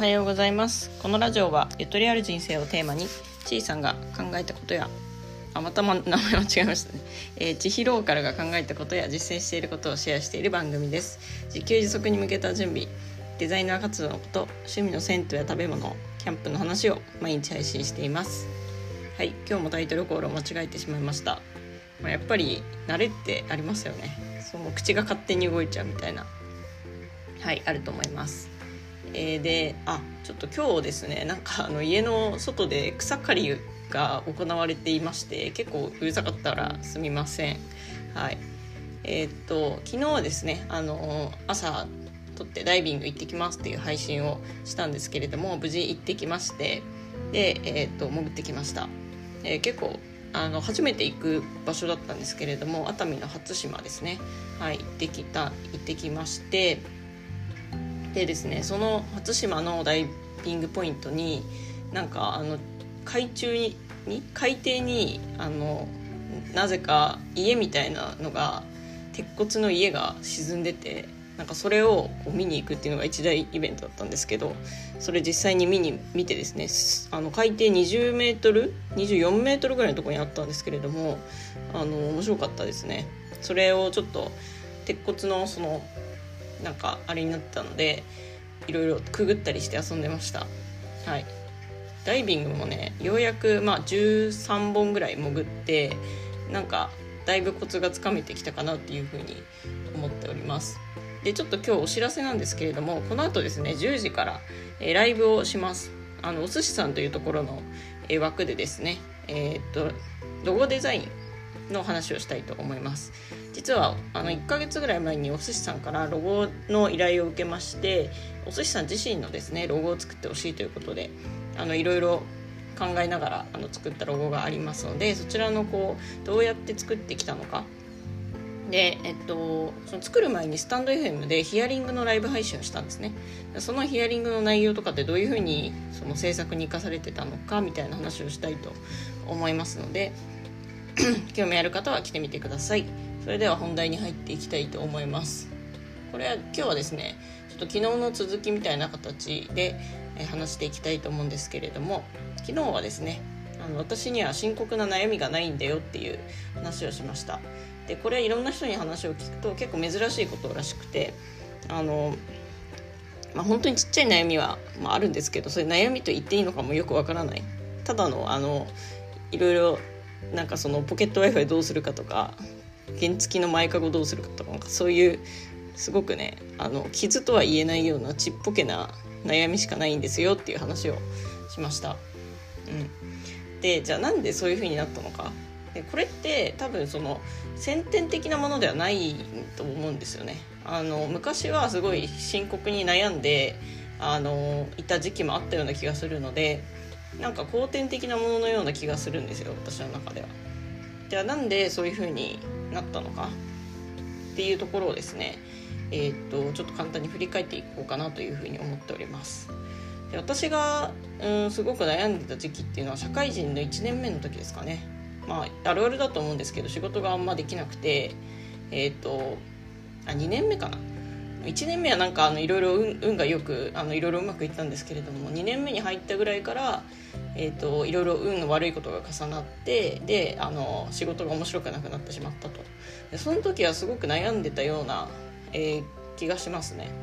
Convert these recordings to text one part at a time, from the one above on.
はようございます。このラジオはゆとりある人生をテーマにちいさんが考えたことや名前間違えましたね、ちひローカルが考えたことや実践していることをシェアしている番組です。自給自足に向けた準備、デザイナー活動のこと、趣味の銭湯や食べ物、キャンプの話を毎日配信しています。はい、今日もタイトルコールを間違えてしまいました。やっぱり慣れってありますよね。その口が勝手に動いちゃうみたいな、あると思います。でちょっと今日ですね、家の外で草刈りが行われていまして、結構うるさかったらすみません。昨日はですね、朝撮ってダイビング行ってきますっていう配信をしたんですけれども、無事行ってきまして、で、潜ってきました。結構初めて行く場所だったんですけれども、熱海の初島ですね、行ってきまして、でですね、その初島のダイビングポイントに海底になぜか家みたいなのが、鉄骨の家が沈んでて、それを見に行くっていうのが一大イベントだったんですけど、それ実際に見てですね、海底20メートル24メートルぐらいのところにあったんですけれども、面白かったですね。それをちょっと鉄骨のあれになってたので、いろいろくぐったりして遊んでました。ダイビングもね、ようやく13本ぐらい潜って、だいぶコツがつかめてきたかなっていうふうに思っております。で、ちょっと今日お知らせなんですけれども、この後ですね、10時から、ライブをします。お寿司さんというところの、枠でですね、ロゴデザインの話をしたいと思います。実は1ヶ月ぐらい前にお寿司さんからロゴの依頼を受けまして、お寿司さん自身のですねロゴを作ってほしいということで、いろいろ考えながら作ったロゴがありますので、そちらのどうやって作ってきたのかで、その作る前にスタンド FM でヒアリングのライブ配信をしたんですね。そのヒアリングの内容とかってどういうふうにその制作に生かされてたのかみたいな話をしたいと思いますので興味ある方は来てみてください。それでは本題に入っていきたいと思います。今日はですね、ちょっと昨日の続きみたいな形で話していきたいと思うんですけれども、昨日はですね、私には深刻な悩みがないんだよっていう話をしました。で、これいろんな人に話を聞くと結構珍しいことらしくて、本当にちっちゃい悩みは、あるんですけど、それ悩みと言っていいのかもよくわからない、ただのいろいろそのポケット Wi-Fi どうするかとか、原付の前かごどうするかとか、そういうすごくね、傷とは言えないようなちっぽけな悩みしかないんですよっていう話をしました。で、じゃあなんでそういう風になったのか。で、これって多分その先天的なものではないと思うんですよね。昔はすごい深刻に悩んでいた時期もあったような気がするので、後天的なもののような気がするんですよ、私の中では。じゃあなんでそういう風になったのかっていうところをですね、ちょっと簡単に振り返っていこうかなという風に思っております。で、私がすごく悩んでた時期っていうのは社会人の1年目の時ですかね。あるあるだと思うんですけど、仕事があんまできなくて、2年目かな。1年目はいろいろ運がよくいろいろうまくいったんですけれども、2年目に入ったぐらいからいろいろ運の悪いことが重なって、で仕事が面白くなくなってしまったと。で、その時はすごく悩んでたような、気がしますね。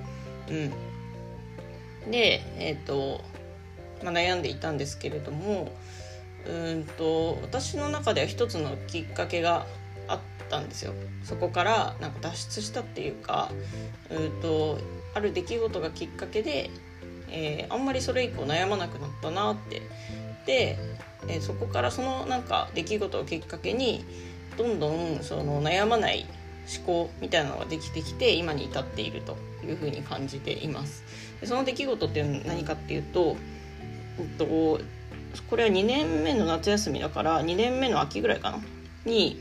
で、悩んでいたんですけれども、私の中では一つのきっかけがあったんですよ。そこから脱出したっていうか、ある出来事がきっかけで、あんまりそれ以降悩まなくなったなって。で、そこからその出来事をきっかけにどんどんその悩まない思考みたいなのができてきて、今に至っているというふうに感じています。で、その出来事っていうのは何かっていうと、これは2年目の夏休みだから2年目の秋ぐらいかなに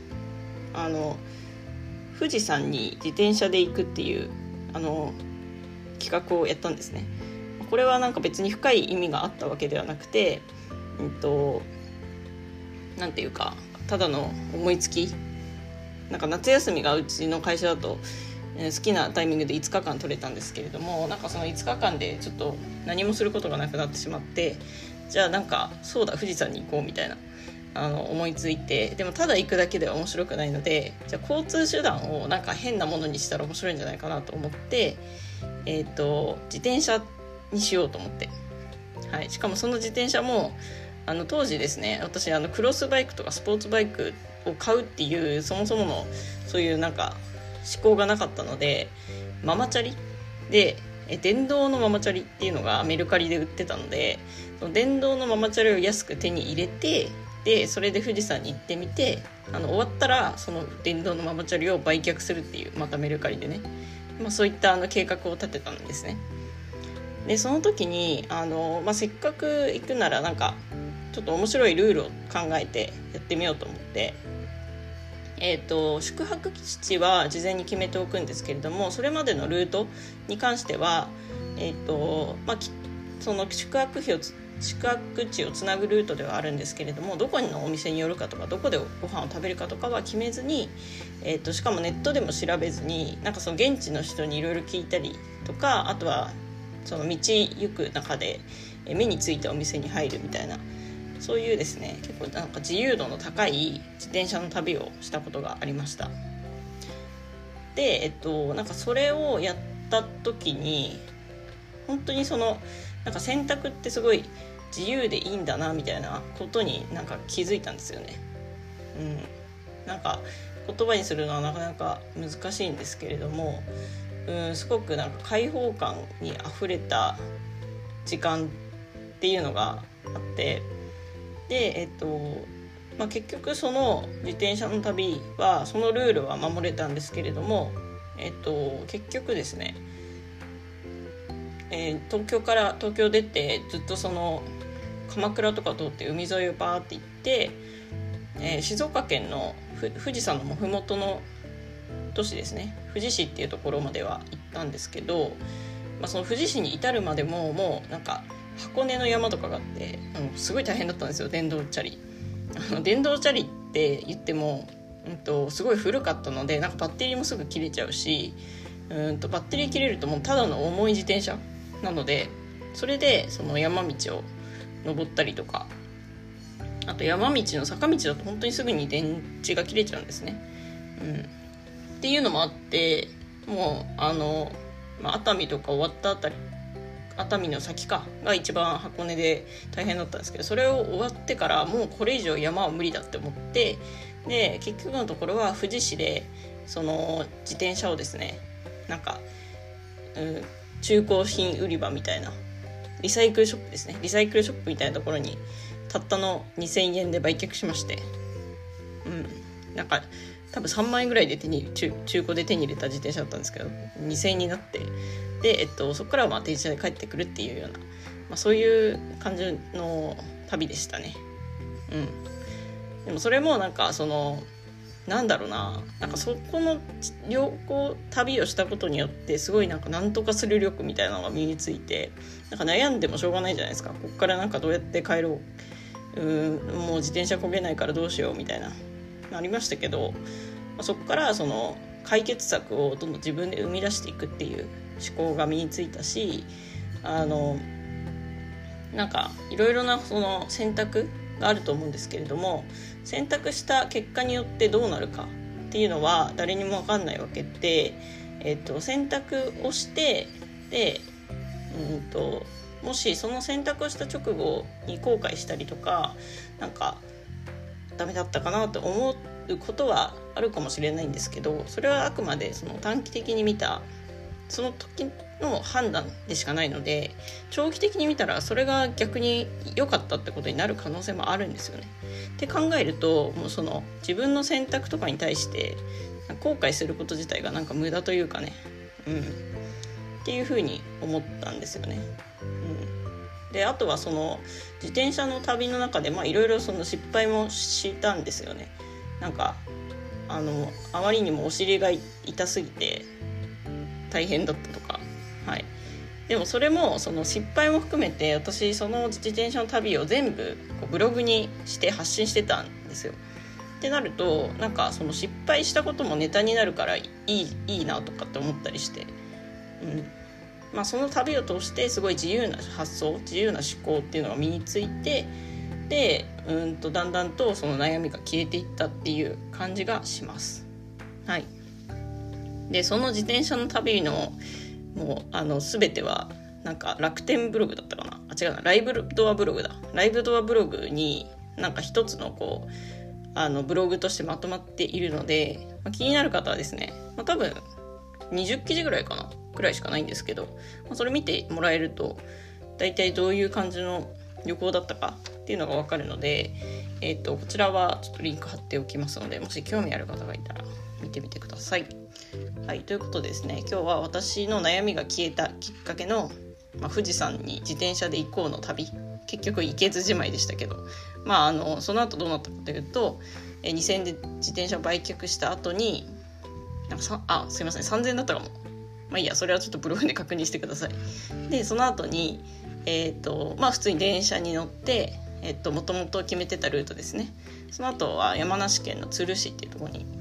富士山に自転車で行くっていう企画をやったんですね。これは別に深い意味があったわけではなくて、なんていうかただの思いつき。夏休みがうちの会社だと好きなタイミングで5日間取れたんですけれども、なんかその5日間でちょっと何もすることがなくなってしまって、じゃあなんかそうだ富士山に行こうみたいな思いついて、でもただ行くだけでは面白くないので、じゃあ交通手段をなんか変なものにしたら面白いんじゃないかなと思って、自転車にしようと思って、はい、しかもその自転車も当時ですね、私クロスバイクとかスポーツバイクを買うっていうそもそものそういうなんか思考がなかったので、ママチャリで電動のママチャリっていうのがメルカリで売ってたので、その電動のママチャリを安く手に入れて、でそれで富士山に行ってみて、終わったらその電動のママチャリを売却するっていう、またメルカリでね、そういった計画を立てたんですね。でその時にせっかく行くならなんかちょっと面白いルールを考えてやってみようと思って、宿泊基地は事前に決めておくんですけれども、それまでのルートに関しては、その宿泊地をつなぐルートではあるんですけれども、どこのお店に寄るかとかどこでご飯を食べるかとかは決めずに、しかもネットでも調べずに、なんかその現地の人にいろいろ聞いたりとか、あとはその道行く中で目についたお店に入るみたいな、そういうですね、結構なんか自由度の高い自転車の旅をしたことがありました。で、なんかそれをやった時に本当にそのなんか選択ってすごい自由でいいんだなみたいなことになんか気づいたんですよね。なんか言葉にするのはなかなか難しいんですけれども、すごくなんか開放感にあふれた時間っていうのがあって、で結局その自転車の旅はそのルールは守れたんですけれども、結局ですね、東京出てずっとその鎌倉とか通って海沿いをバーって行って、静岡県の富士山のふもとの都市ですね、富士市っていうところまでは行ったんですけど、その富士市に至るまでももうなんか箱根の山とかがあって、すごい大変だったんですよ。電動チャリ電動チャリって言っても、すごい古かったので、なんかバッテリーもすぐ切れちゃうし、バッテリー切れるともうただの重い自転車なので、それでその山道を登ったりとか、あと山道の坂道だと本当にすぐに電池が切れちゃうんですね。っていうのもあって、もう熱海とか終わったあたり、熱海の先が一番箱根で大変だったんですけど、それを終わってからもうこれ以上山は無理だって思って、で結局のところは富士市でその自転車をですね、なんか、中古品売り場みたいなリサイクルショップですね、リサイクルショップみたいなところにたったの2000円で売却しまして、なんか多分3万円ぐらいで中古で手に入れた自転車だったんですけど、2000円になって、で、そこからは電車で帰ってくるっていうような、そういう感じの旅でしたね。でもそれもなんかそのなんだろうな、なんかそこの旅をしたことによってすごいなんか何とかする力みたいなのが身について、なんか悩んでもしょうがないじゃないですか。こっからなんかどうやって帰ろう、もう自転車漕げないからどうしようみたいなありましたけど、そこからその解決策をどんどん自分で生み出していくっていう思考が身についたし、なんかいろいろなその選択があると思うんですけれども、選択した結果によってどうなるかっていうのは誰にも分かんないわけで、選択をしてで、もしその選択をした直後に後悔したりとか、なんかダメだったかなと思うことはあるかもしれないんですけど、それはあくまでその短期的に見たその時の判断でしかないので、長期的に見たらそれが逆に良かったってことになる可能性もあるんですよね。って考えると、もうその自分の選択とかに対して後悔すること自体がなんか無駄というかね、っていうふうに思ったんですよね。であとはその自転車の旅の中でいろいろその失敗もしたんですよね。なんかあまりにもお尻が痛すぎて大変だったとか、でもそれもその失敗も含めて、私その自転車の旅を全部ブログにして発信してたんですよ。 ってなるとなんかその失敗したこともネタになるからいいなとかって思ったりして、その旅を通してすごい自由な発想、自由な思考っていうのが身について、でだんだんとその悩みが消えていったっていう感じがします。はい。でその自転車の旅のもう全てはなんか楽天ブログだったかな、違うな、ライブドアブログになんか一つのブログとしてまとまっているので、気になる方はですね、多分20記事ぐらいかなくらいしかないんですけど、それ見てもらえると大体どういう感じの旅行だったかっていうのが分かるので、こちらはちょっとリンク貼っておきますので、もし興味ある方がいたら見てみてください。はい、ということでですね、今日は私の悩みが消えたきっかけの、富士山に自転車で行こうの旅、結局行けずじまいでしたけど、その後どうなったかというと、2000円で自転車を売却した後にすいません3000円だったかも、いいや、それはちょっとブログで確認してください。でその後に普通に電車に乗ってもともと決めてたルートですね。その後は山梨県の都留市っていうところに行って、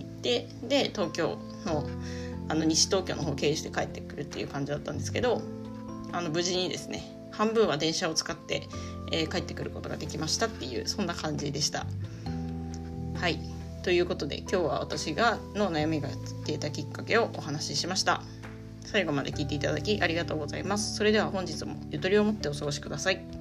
で東京の西東京の方を経由して帰ってくるっていう感じだったんですけど、無事にですね半分は電車を使って、帰ってくることができましたっていう、そんな感じでした。はい、ということで今日は私の悩みが消えたきっかけをお話ししました。最後まで聞いていただきありがとうございます。それでは本日もゆとりを持ってお過ごしください。